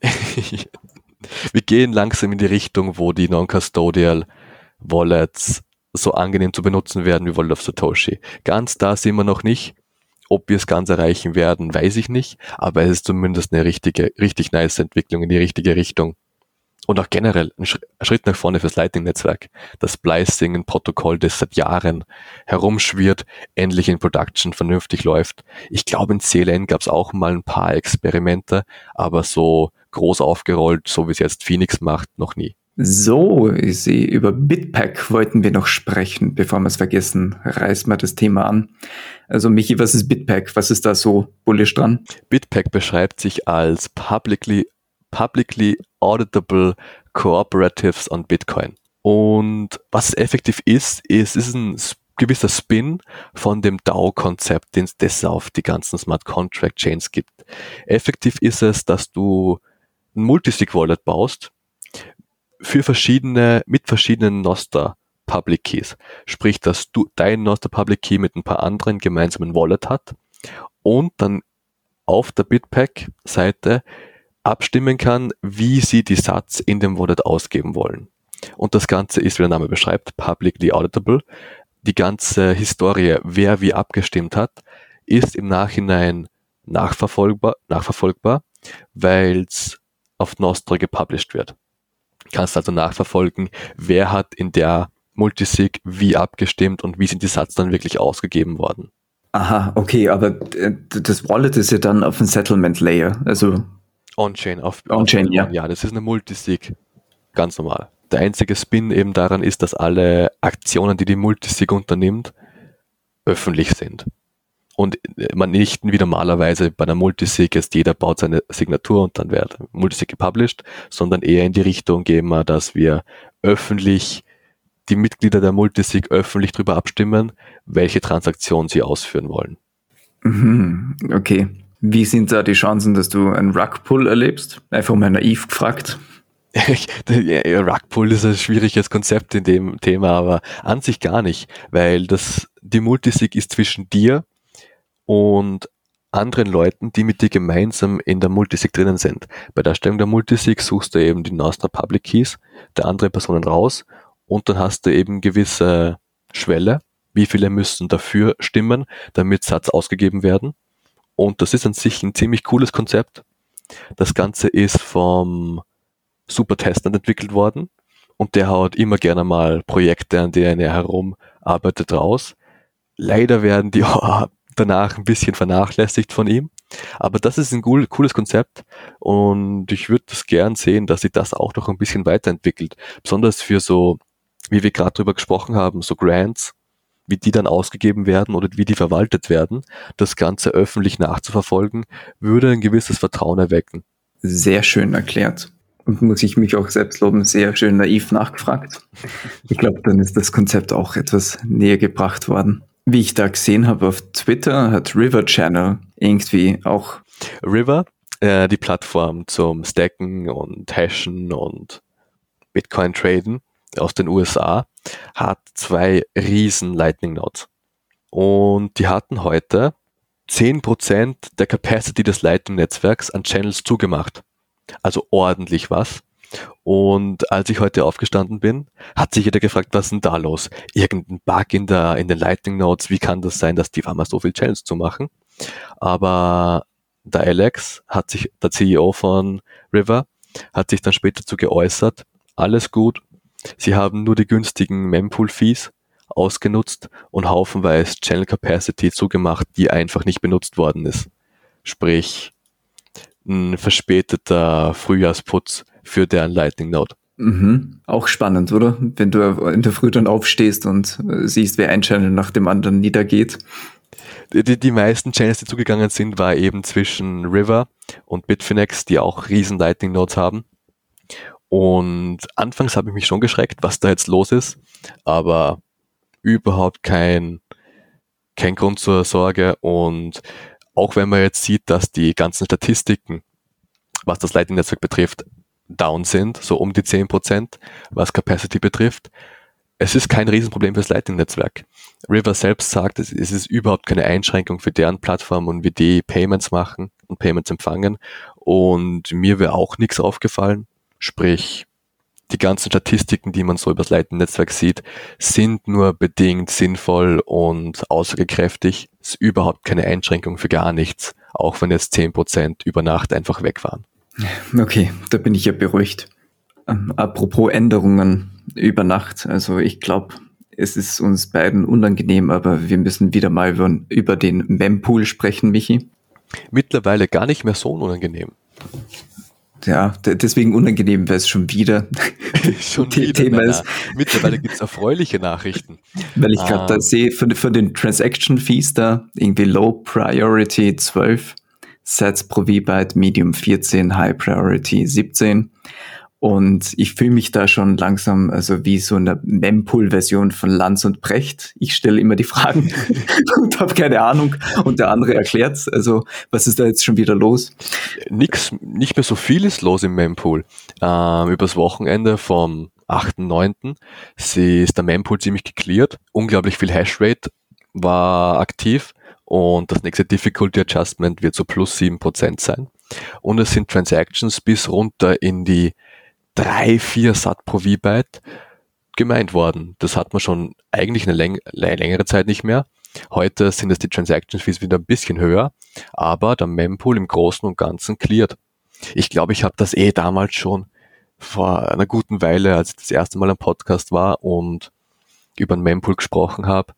Wir gehen langsam in die Richtung, wo die Non-Custodial Wallets so angenehm zu benutzen werden wie Wallet of Satoshi. Ganz da sind wir noch nicht. Ob wir es ganz erreichen werden, weiß ich nicht. Aber es ist zumindest eine richtig nice Entwicklung in die richtige Richtung. Und auch generell ein Schritt nach vorne fürs Lightning-Netzwerk. Das Splicing, ein Protokoll, das seit Jahren herumschwirrt, endlich in Production vernünftig läuft. Ich glaube, in CLN gab es auch mal ein paar Experimente, aber so groß aufgerollt, so wie es jetzt Phoenix macht, noch nie. So, ich sehe, über Bitpack wollten wir noch sprechen, bevor wir es vergessen. Reiß mal das Thema an. Also Michi, was ist Bitpack? Was ist da so bullish dran? Bitpack beschreibt sich als publicly auditable cooperatives on Bitcoin. Und was es effektiv ist ein gewisser Spin von dem DAO-Konzept, den es auf die ganzen Smart Contract Chains gibt. Effektiv ist es, dass du ein Multisig-Wallet baust, mit verschiedenen Nostr Public Keys. Sprich, dass dein Nostr Public Key mit ein paar anderen gemeinsamen Wallet hat und dann auf der Bitpack-Seite abstimmen kann, wie sie die Satz in dem Wallet ausgeben wollen. Und das Ganze ist, wie der Name beschreibt, publicly auditable. Die ganze Historie, wer wie abgestimmt hat, ist im Nachhinein nachverfolgbar, weil es auf Nostr gepublished wird. Kannst also nachverfolgen, wer hat in der Multisig wie abgestimmt und wie sind die Satz dann wirklich ausgegeben worden. Aha, okay, aber das Wallet ist ja dann auf dem Settlement Layer, also On-Chain, ja. Ja, das ist eine Multisig, ganz normal. Der einzige Spin eben daran ist, dass alle Aktionen, die Multisig unternimmt, öffentlich sind. Und man nicht wie normalerweise bei einer Multisig ist, jeder baut seine Signatur und dann wird Multisig gepublished, sondern eher in die Richtung gehen wir, dass wir öffentlich, die Mitglieder der Multisig öffentlich darüber abstimmen, welche Transaktion sie ausführen wollen. Okay. Wie sind da die Chancen, dass du einen Rug-Pull erlebst? Einfach mal naiv gefragt. Rug-Pull ist ein schwieriges Konzept in dem Thema, aber an sich gar nicht, weil die Multisig ist zwischen dir und anderen Leuten, die mit dir gemeinsam in der Multisig drinnen sind. Bei der Erstellung der Multisig suchst du eben die Nostr Public Keys der anderen Personen raus und dann hast du eben gewisse Schwelle, wie viele müssen dafür stimmen, damit Satz ausgegeben werden. Und das ist an sich ein ziemlich cooles Konzept. Das Ganze ist vom Supertestnet entwickelt worden und der haut immer gerne mal Projekte, an denen er herumarbeitet, raus. Leider werden die danach ein bisschen vernachlässigt von ihm, aber das ist ein cooles Konzept und ich würde das gern sehen, dass sich das auch noch ein bisschen weiterentwickelt. Besonders für so, wie wir gerade drüber gesprochen haben, so Grants, wie die dann ausgegeben werden oder wie die verwaltet werden, das Ganze öffentlich nachzuverfolgen, würde ein gewisses Vertrauen erwecken. Sehr schön erklärt. Und muss ich mich auch selbst loben, sehr schön naiv nachgefragt. Ich glaube, dann ist das Konzept auch etwas näher gebracht worden. Wie ich da gesehen habe auf Twitter, hat River Channel irgendwie auch... River, die Plattform zum Stacken und Hashen und Bitcoin traden aus den USA, hat 2 riesen Lightning Nodes. Und die hatten heute 10% der Capacity des Lightning-Netzwerks an Channels zugemacht. Also ordentlich was. Und als ich heute aufgestanden bin, hat sich jeder gefragt, was ist denn da los? Irgendein Bug in den Lightning Nodes, wie kann das sein, dass die einmal so viel Channels zumachen? Aber der Alex der CEO von River, hat sich dann später dazu geäußert, alles gut, sie haben nur die günstigen Mempool-Fees ausgenutzt und haufenweise Channel Capacity zugemacht, die einfach nicht benutzt worden ist. Sprich, ein verspäteter Frühjahrsputz für deren Lightning Node. Mhm. Auch spannend, oder? Wenn du in der Früh dann aufstehst und siehst, wie ein Channel nach dem anderen niedergeht. Die meisten Channels, die zugegangen sind, war eben zwischen River und Bitfinex, die auch riesen Lightning Nodes haben. Und anfangs habe ich mich schon geschreckt, was da jetzt los ist, aber überhaupt kein Grund zur Sorge. Und auch wenn man jetzt sieht, dass die ganzen Statistiken, was das Lightning-Netzwerk betrifft, down sind, so um die 10%, was Capacity betrifft, es ist kein Riesenproblem fürs Lightning-Netzwerk. River selbst sagt, es ist überhaupt keine Einschränkung für deren Plattform und wie die Payments machen und Payments empfangen. Und mir wäre auch nichts aufgefallen. Sprich, die ganzen Statistiken, die man so über das Lightning-Netzwerk sieht, sind nur bedingt sinnvoll und aussagekräftig. Es ist überhaupt keine Einschränkung für gar nichts, auch wenn jetzt 10% über Nacht einfach weg waren. Okay, da bin ich ja beruhigt. Apropos Änderungen über Nacht, also ich glaube, es ist uns beiden unangenehm, aber wir müssen wieder mal über den Mempool sprechen, Michi. Mittlerweile gar nicht mehr so unangenehm. Ja, deswegen unangenehm, weil es schon wieder Thema ist. Mittlerweile gibt es erfreuliche Nachrichten. Weil ich gerade da sehe, von den Transaction Fees da, irgendwie Low Priority 12, Sats pro V-Byte, Medium 14, High Priority 17. Und ich fühle mich da schon langsam, also wie so eine Mempool-Version von Lanz und Brecht. Ich stelle immer die Fragen und habe keine Ahnung. Und der andere erklärt's. Also was ist da jetzt schon wieder los? Nicht mehr so viel ist los im Mempool. Übers Wochenende vom 8.9. ist der Mempool ziemlich gecleared. Unglaublich viel Hashrate war aktiv. Und das nächste Difficulty Adjustment wird so plus 7% sein. Und es sind Transactions bis runter in die 3-4 Sat pro V-Byte gemeint worden. Das hat man schon eigentlich eine längere Zeit nicht mehr. Heute sind es die Transaction Fees wieder ein bisschen höher, aber der Mempool im Großen und Ganzen cleared. Ich glaube, ich habe das damals schon vor einer guten Weile, als ich das erste Mal am Podcast war und über den Mempool gesprochen habe,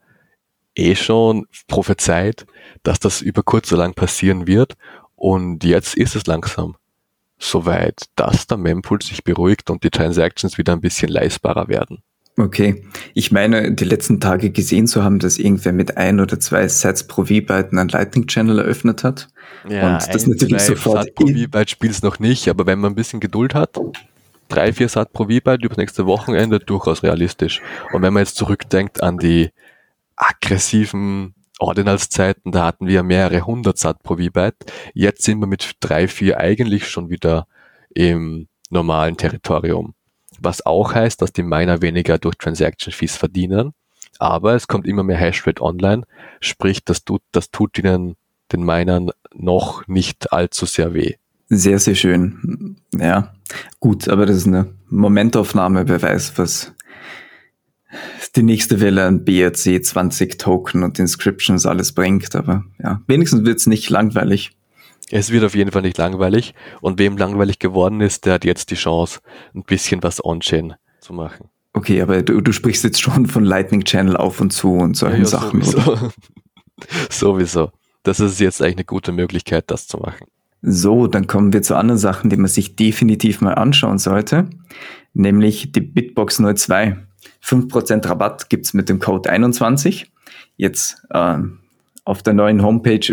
schon prophezeit, dass das über kurz oder lang passieren wird. Und jetzt ist es langsam soweit, dass der Mempool sich beruhigt und die Transactions wieder ein bisschen leistbarer werden. Okay. Ich meine, die letzten Tage gesehen zu haben, dass irgendwer mit 1 oder 2 Sats pro V-Byte einen Lightning-Channel eröffnet hat. Ja, und das natürlich sofort Sat pro V-Byte spielt es noch nicht, aber wenn man ein bisschen Geduld hat, 3-4 Sat pro V-Byte über das nächste Wochenende durchaus realistisch. Und wenn man jetzt zurückdenkt an die aggressiven Ordinals-Zeiten, da hatten wir mehrere 100 Sat pro V-Byte. Jetzt sind wir mit 3-4 eigentlich schon wieder im normalen Territorium. Was auch heißt, dass die Miner weniger durch Transaction Fees verdienen, aber es kommt immer mehr Hashrate online, sprich, das tut ihnen, den Minern, noch nicht allzu sehr weh. Sehr, sehr schön. Ja, gut, aber das ist eine Momentaufnahme, wer weiß, was die nächste Welle an BRC 20 Token und Inscriptions alles bringt. Aber ja, wenigstens wird's nicht langweilig. Es wird auf jeden Fall nicht langweilig. Und wem langweilig geworden ist, der hat jetzt die Chance, ein bisschen was on-chain zu machen. Okay, aber du sprichst jetzt schon von Lightning Channel auf und zu und solchen Sachen, sowieso. oder? Sowieso. Das ist jetzt eigentlich eine gute Möglichkeit, das zu machen. So, dann kommen wir zu anderen Sachen, die man sich definitiv mal anschauen sollte, nämlich die Bitbox 02. 5% Rabatt gibt's mit dem Code 21. Jetzt auf der neuen Homepage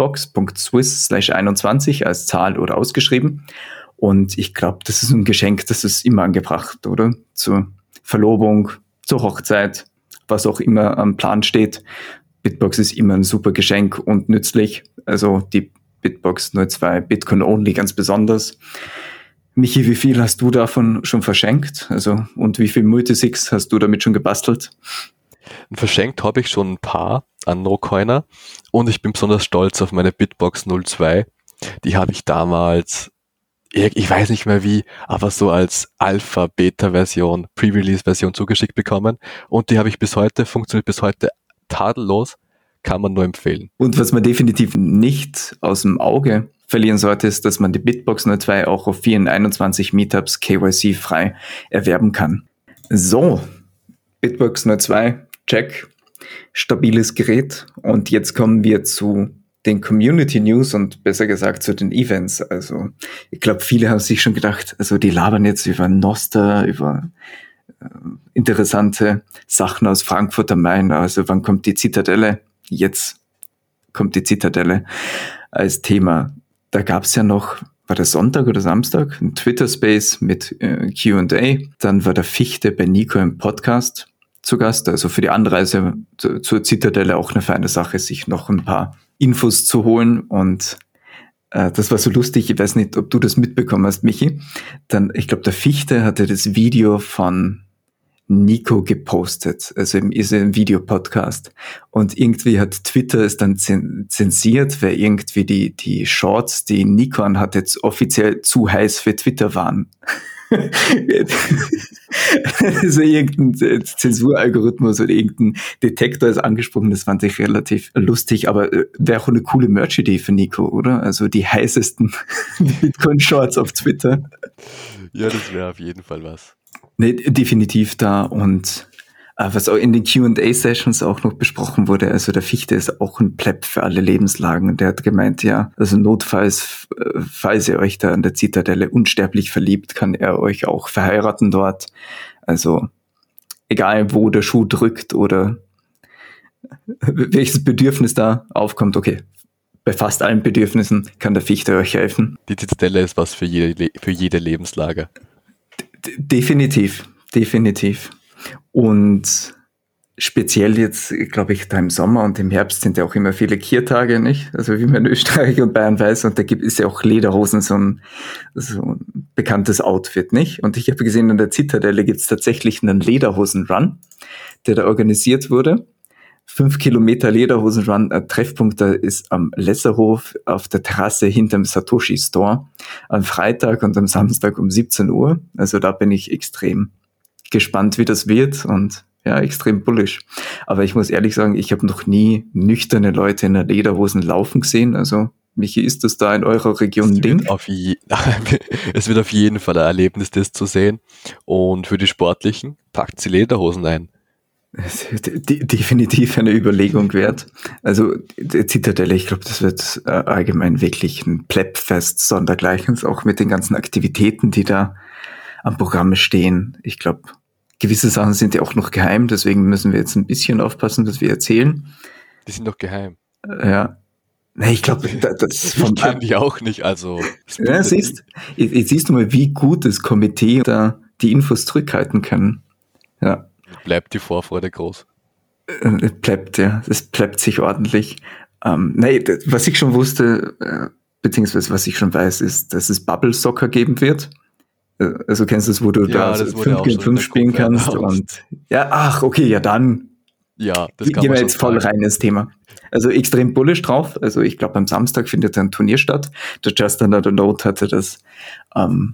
bitbox.swiss/21 als Zahl oder ausgeschrieben. Und ich glaube, das ist ein Geschenk, das ist immer angebracht, oder? Zur Verlobung, zur Hochzeit, was auch immer am Plan steht. Bitbox ist immer ein super Geschenk und nützlich. Also die Bitbox 02 Bitcoin Only ganz besonders. Michi, wie viel hast du davon schon verschenkt? Also, und wie viel Multisigs hast du damit schon gebastelt? Verschenkt habe ich schon ein paar an NoCoiner und ich bin besonders stolz auf meine Bitbox 02. Die habe ich damals, ich weiß nicht mehr wie, aber so als Alpha-Beta-Version, Pre-Release-Version zugeschickt bekommen und die habe ich bis heute, funktioniert bis heute tadellos, kann man nur empfehlen. Und was man definitiv nicht aus dem Auge verlieren sollte, ist, dass man die Bitbox 02 auch auf 421 Meetups KYC frei erwerben kann. So, Bitbox 02, check, stabiles Gerät. Und jetzt kommen wir zu den Community News und besser gesagt zu den Events. Also ich glaube, viele haben sich schon gedacht, also die labern jetzt über Noster, über interessante Sachen aus Frankfurt am Main. Also wann kommt die Zitadelle? Jetzt kommt die Zitadelle als Thema. Da gab es ja noch, war das Sonntag oder Samstag, ein Twitter-Space mit Q&A. Dann war der Fichte bei Nico im Podcast zu Gast. Also für die Anreise zur Zitadelle auch eine feine Sache, sich noch ein paar Infos zu holen. Und das war so lustig. Ich weiß nicht, ob du das mitbekommen hast, Michi. Dann, ich glaube, der Fichte hatte das Video von Nico gepostet, also ist ein Videopodcast. Und irgendwie hat Twitter es dann zensiert, weil irgendwie die Shorts, die Nico anhatte, jetzt offiziell zu heiß für Twitter waren. Also irgendein Zensuralgorithmus oder irgendein Detektor ist angesprochen, das fand ich relativ lustig, aber wäre auch eine coole Merch-Idee für Nico, oder? Also die heißesten Bitcoin-Shorts auf Twitter. Ja, das wäre auf jeden Fall was. Nee, definitiv da. Und was auch in den Q&A-Sessions auch noch besprochen wurde, also der Fichte ist auch ein Pleb für alle Lebenslagen. Und der hat gemeint, ja, also notfalls, falls ihr euch da an der Zitadelle unsterblich verliebt, kann er euch auch verheiraten dort. Also egal, wo der Schuh drückt oder welches Bedürfnis da aufkommt, okay, bei fast allen Bedürfnissen kann der Fichte euch helfen. Die Zitadelle ist was für jede Lebenslage. Definitiv. Und speziell jetzt, glaube ich, da im Sommer und im Herbst sind ja auch immer viele Kiertage, nicht? Also wie man in Österreich und Bayern weiß, und da ist ja auch Lederhosen so ein bekanntes Outfit, nicht? Und ich habe gesehen, an der Zitadelle gibt es tatsächlich einen Lederhosen-Run, der da organisiert wurde. 5 Kilometer Lederhosen-Run, ein Treffpunkt, da ist am Lesserhof auf der Terrasse hinterm Satoshi Store am Freitag und am Samstag um 17 Uhr. Also da bin ich extrem gespannt, wie das wird und ja, extrem bullish. Aber ich muss ehrlich sagen, ich habe noch nie nüchterne Leute in der Lederhosen laufen gesehen. Also Michi, ist das da in eurer Region ein Ding? Es wird auf jeden Fall ein Erlebnis, das zu sehen. Und für die Sportlichen, packt sie Lederhosen ein. Definitiv eine Überlegung wert. Also die Zitadelle, ich glaube, das wird allgemein wirklich ein Plebfest sondergleichens, auch mit den ganzen Aktivitäten, die da am Programm stehen. Ich glaube, gewisse Sachen sind ja auch noch geheim, deswegen müssen wir jetzt ein bisschen aufpassen, was wir erzählen. Die sind doch geheim. Ja. Nee, ich glaube, das ich kenne die auch nicht, also. Ja, siehst du mal, wie gut das Komitee da die Infos zurückhalten kann. Ja. Bleibt die Vorfreude groß? Das bleibt sich ordentlich. Was ich schon wusste, beziehungsweise was ich schon weiß, ist, dass es Bubble Soccer geben wird. Also kennst du es, wo du da 5 gegen 5 spielen kannst und ja, ach, okay, ja dann. Ja, das kann gehen man wir jetzt voll rein ins Thema. Also extrem bullish drauf. Also ich glaube, am Samstag findet ein Turnier statt. Der Just Another Note hatte das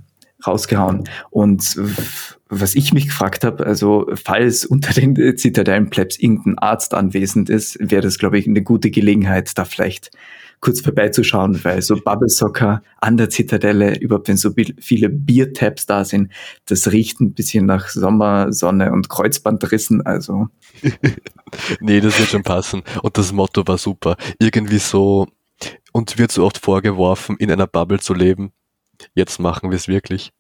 rausgehauen. Und was ich mich gefragt habe, also falls unter den Zitadellenplebs irgendein Arzt anwesend ist, wäre das, glaube ich, eine gute Gelegenheit, da vielleicht kurz vorbeizuschauen, weil so Bubble Soccer an der Zitadelle, überhaupt wenn so viele Biertabs da sind, das riecht ein bisschen nach Sommersonne und Kreuzbandrissen, also. Nee, das wird schon passen. Und das Motto war super. Irgendwie so, uns wird so oft vorgeworfen, in einer Bubble zu leben. Jetzt machen wir es wirklich.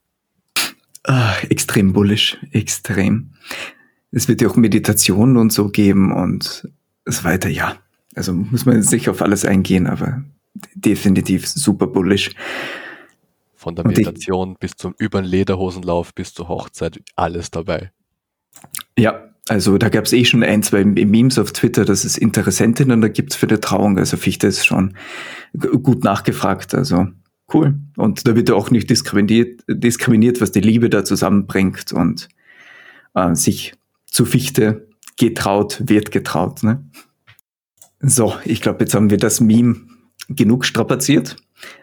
Extrem bullish, extrem. Es wird ja auch Meditationen und so geben und so weiter, ja. Also muss man jetzt nicht auf alles eingehen, aber definitiv super bullish. Von der Meditation bis zum über den Lederhosenlauf bis zur Hochzeit, alles dabei. Ja, also da gab es schon 1, 2 Memes auf Twitter, dass es Interessentinnen da gibt für die Trauung. Also Fichte ist schon gut nachgefragt, also cool. Und da wird ja auch nicht diskriminiert, was die Liebe da zusammenbringt und sich zu Fichte getraut, wird getraut, ne? So, ich glaube, jetzt haben wir das Meme genug strapaziert.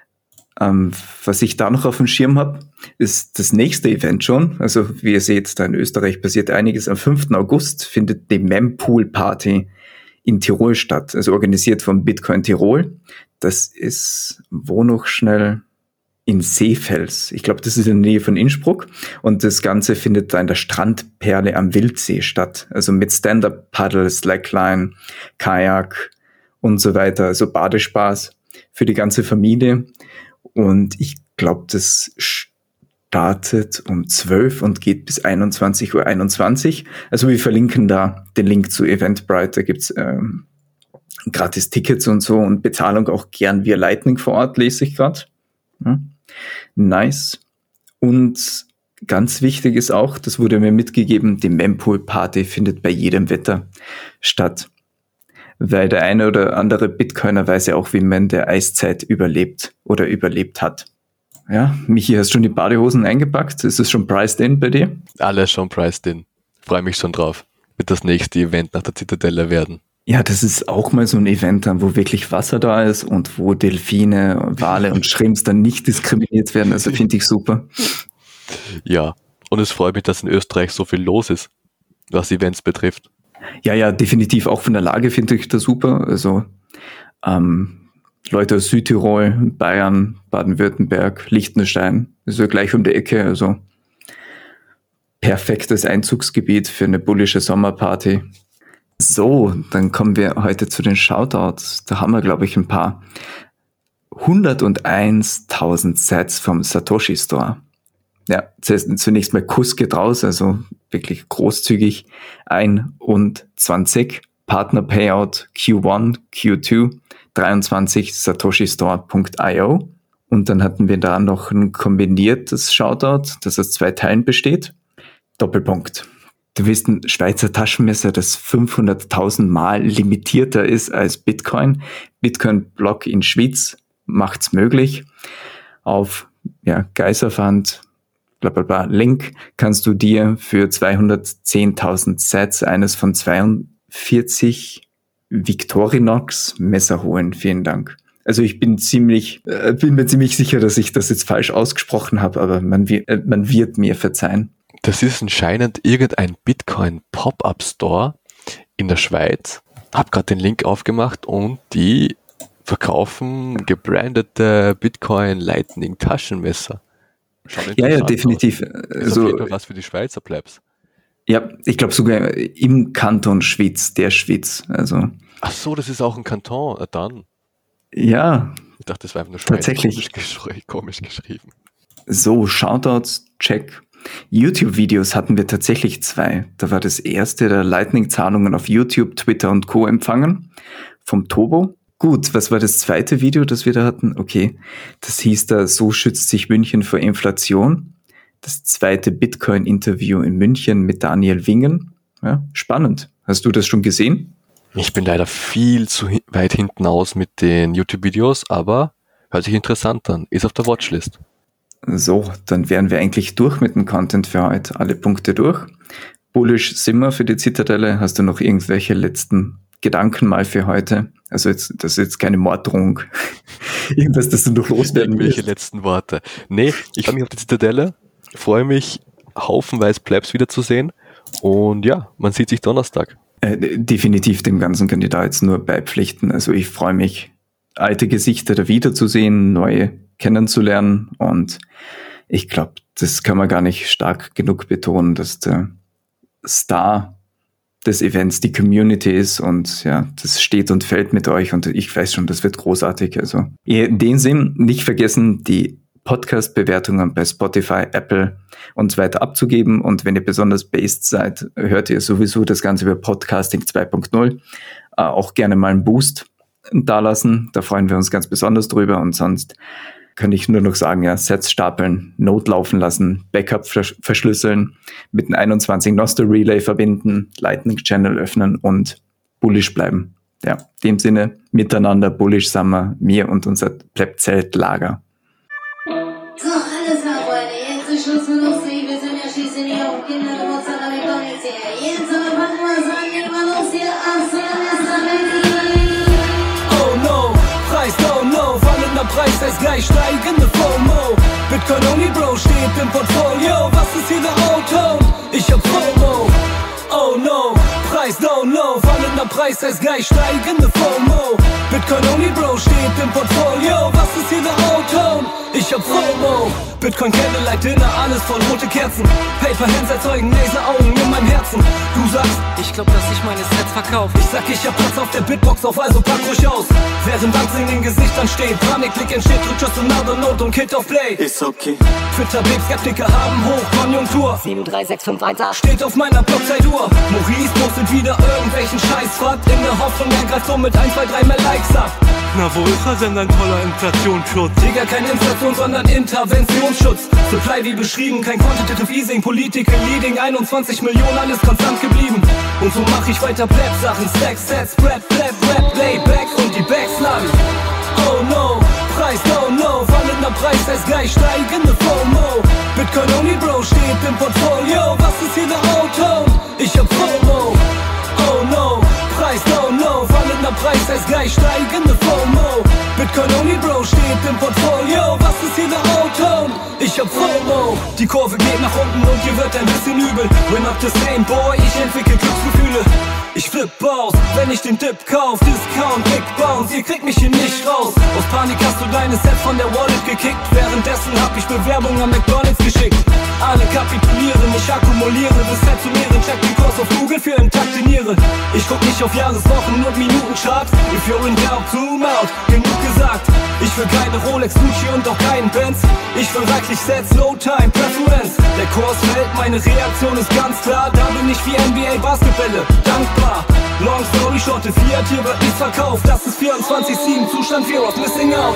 Was ich da noch auf dem Schirm habe, ist das nächste Event schon. Also wie ihr seht, da in Österreich passiert einiges. Am 5. August findet die Mempool Party in Tirol statt, also organisiert von Bitcoin Tirol. Das ist, wo noch schnell, in Seefels. Ich glaube, das ist in der Nähe von Innsbruck. Und das Ganze findet da in der Strandperle am Wildsee statt. Also mit Stand-Up-Paddle, Slackline, Kajak und so weiter. Also Badespaß für die ganze Familie. Und ich glaube, das startet um 12 und geht bis 21:21 Uhr. Also wir verlinken da den Link zu Eventbrite. Da gibt's gratis Tickets und so und Bezahlung auch gern via Lightning vor Ort, lese ich gerade. Ja. Nice. Und ganz wichtig ist auch, das wurde mir mitgegeben, die Mempool Party findet bei jedem Wetter statt. Weil der eine oder andere Bitcoiner weiß ja auch, wie man der Eiszeit überlebt oder überlebt hat. Ja, Michi, hast schon die Badehosen eingepackt? Ist es schon priced in bei dir? Alles schon priced in. Freue mich schon drauf. Wird das nächste Event nach der Zitadelle werden. Ja, das ist auch mal so ein Event dann, wo wirklich Wasser da ist und wo Delfine, Wale und Shrimps dann nicht diskriminiert werden. Also finde ich super. Ja, und es freut mich, dass in Österreich so viel los ist, was Events betrifft. Ja, definitiv. Auch von der Lage finde ich das super. Also Leute aus Südtirol, Bayern, Baden-Württemberg, Liechtenstein, ist ja gleich um die Ecke. Also perfektes Einzugsgebiet für eine bullische Sommerparty. So, dann kommen wir heute zu den Shoutouts. Da haben wir, glaube ich, ein paar. 101.000 Sets vom Satoshi Store. Ja, zunächst mal Kuss geht raus, also wirklich großzügig. 21 Partner Payout Q1, Q2, 23 satoshistore.io. Und dann hatten wir da noch ein kombiniertes Shoutout, das aus 2 Teilen besteht. Doppelpunkt. Du willst ein Schweizer Taschenmesser, das 500.000 Mal limitierter ist als Bitcoin. Bitcoin-Block in Schwyz macht's möglich. Auf Geiserfund, blablabla, Link kannst du dir für 210.000 Sets eines von 42 Victorinox Messer holen. Vielen Dank. Also ich bin mir ziemlich sicher, dass ich das jetzt falsch ausgesprochen habe, aber man wird mir verzeihen. Das ist anscheinend irgendein Bitcoin-Pop-Up-Store in der Schweiz. Hab gerade den Link aufgemacht und die verkaufen gebrandete Bitcoin Lightning Taschenmesser. Ja, definitiv. Also, auf jeden Fall was für die Schweizer Plebs. Ja, ich glaube sogar im Kanton Schwyz, der Schwyz. Also. Ach so, das ist auch ein Kanton, dann. Ja. Ich dachte, das war einfach nur Schweiz. Tatsächlich. Komisch geschrieben. So, Shoutouts, check. YouTube-Videos hatten wir tatsächlich 2. Da war das erste der Lightning-Zahlungen auf YouTube, Twitter und Co. empfangen. Vom Tobo. Gut, was war das zweite Video, das wir da hatten? Okay, das hieß da, so schützt sich München vor Inflation. Das zweite Bitcoin-Interview in München mit Daniel Wingen. Ja, spannend. Hast du das schon gesehen? Ich bin leider viel zu weit hinten aus mit den YouTube-Videos, aber hört sich interessant an. Ist auf der Watchlist. So, dann wären wir eigentlich durch mit dem Content für heute. Alle Punkte durch. Bullish Simmer für die Zitadelle. Hast du noch irgendwelche letzten Gedanken mal für heute? Also das ist jetzt keine Morddrohung. Irgendwas, das du noch loswerden willst. Irgendwelche letzten Worte. Nee, ich freue mich auf die Zitadelle. freue mich, haufenweise Plebs wiederzusehen. Und ja, man sieht sich Donnerstag. Definitiv dem Ganzen kann ich da jetzt nur beipflichten. Also ich freue mich, alte Gesichter da wiederzusehen, neue kennenzulernen. Und ich glaube, das kann man gar nicht stark genug betonen, dass der Star des Events die Community ist. Und ja, das steht und fällt mit euch. Und ich weiß schon, das wird großartig. Also in dem Sinn nicht vergessen, die Podcast-Bewertungen bei Spotify, Apple und so weiter abzugeben. Und wenn ihr besonders based seid, hört ihr sowieso das Ganze über Podcasting 2.0. Auch gerne mal einen Boost dalassen. Da freuen wir uns ganz besonders drüber. Und sonst kann ich nur noch sagen, ja, Sets stapeln, Node laufen lassen, Backup verschlüsseln, mit einem 21 Nostr Relay verbinden, Lightning Channel öffnen und bullish bleiben. Ja, in dem Sinne, miteinander bullish Summer, mir und unser Pleb-Zelt-Lager. So, alles war Freunde, jetzt ist Schluss mit lustig, wir sind ja schließlich nicht auf Kinder, Geburtstag, aber ich komm jetzt her. Jetzt aber packen wir es an, legen wir los hier, Oh no, Preis down low, fallender Preis heißt gleich steigende FOMO. Bitcoin only Bro steht im Portfolio, was ist hier der O-Ton? Ich hab FOMO. Oh no, Preis down low, fallender Preis heißt gleich steigende FOMO. Bitcoin only Bro steht im Portfolio, was ist hier der O-Ton? Ich hab FOMO. Bitcoin Candlelight Dinner, alles voll rote Kerzen. Paper Hands erzeugen Laseraugen in meinem Herzen. Du sagst, ich glaub, dass ich meine Sets verkauf. Ich sag, ich hab Platz auf der Bitbox auf, also pack ruhig aus. Während Angst in den Gesichtern steht, Panik-Klick entsteht, drückt just another note und Kid auf Play. Ist okay. Twitter-Babe-Skeptiker haben Hochkonjunktur. 73651 steht auf meiner Blockzeituhr. Maurice postet wieder irgendwelchen Scheißfahrt in der Hoffnung, er greift so mit 1, 2, 3 mehr Likes ab. Na, wo ist er denn, ein toller Inflationsschutz? Digga, kein Inflation, sondern Interventionsschutz. Supply wie beschrieben, kein Quantitative Easing. Political Leading, 21 Millionen, alles konstant geblieben. Und so mach ich weiter Pleb-Sachen. Stack, Sets, Spread, Pleb, Rap, Layback und die Backs lagen. Oh no, Preis down low, fallender Preis heißt gleich steigende FOMO. Bitcoin only Bro steht im Portfolio, was ist hier der O-Ton? Ich hab FOMO. Oh no, Preis down low, fallender Preis heißt gleich steigende FOMO. Bitcoin only Bro steht im Portfolio, was ist hier der O-Ton? Ich hab FOMO. Die Kurve geht nach unten und dir wird ein bisschen übel. We're not the same boy, ich entwickel Glücksgefühle. Ich flipp aus, wenn ich den Dip kauf. Discount, Big Bounce, ihr kriegt mich hier nicht raus. Aus Panik hast du deine Set von der Wallet gekickt. Währenddessen hab ich Bewerbung an McDonalds geschickt. Alle kapitulieren, ich akkumuliere das Set zu mehren. Check den Kurs auf Google für intakte Niere. Ich guck nicht auf Jahreswochen und Minutencharts. If you're in doubt, zoom out, genug gesagt. Ich will keine Rolex, Gucci und auch keinen Benz. Ich will reichlich Sets, Low Time, Preference. Der Kurs fällt, meine Reaktion ist ganz klar. Da bin ich wie NBA Basketbälle, dankbar. Long story short, Fiat hier wird nicht verkauft. Das ist 24/7, Zustand Fear of Missing Out.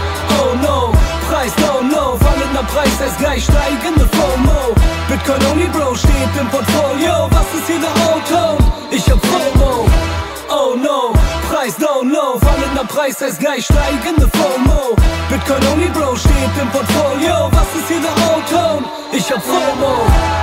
Oh no, Preis down low, fallender Preis heißt gleich steigende FOMO. Bitcoin only Bro steht im Portfolio, was ist hier der O-Ton? Ich hab FOMO. Oh no, Preis down low, fallender Preis heißt gleich steigende FOMO. Bitcoin only Bro steht im Portfolio, was ist hier der O-Ton? Ich hab FOMO.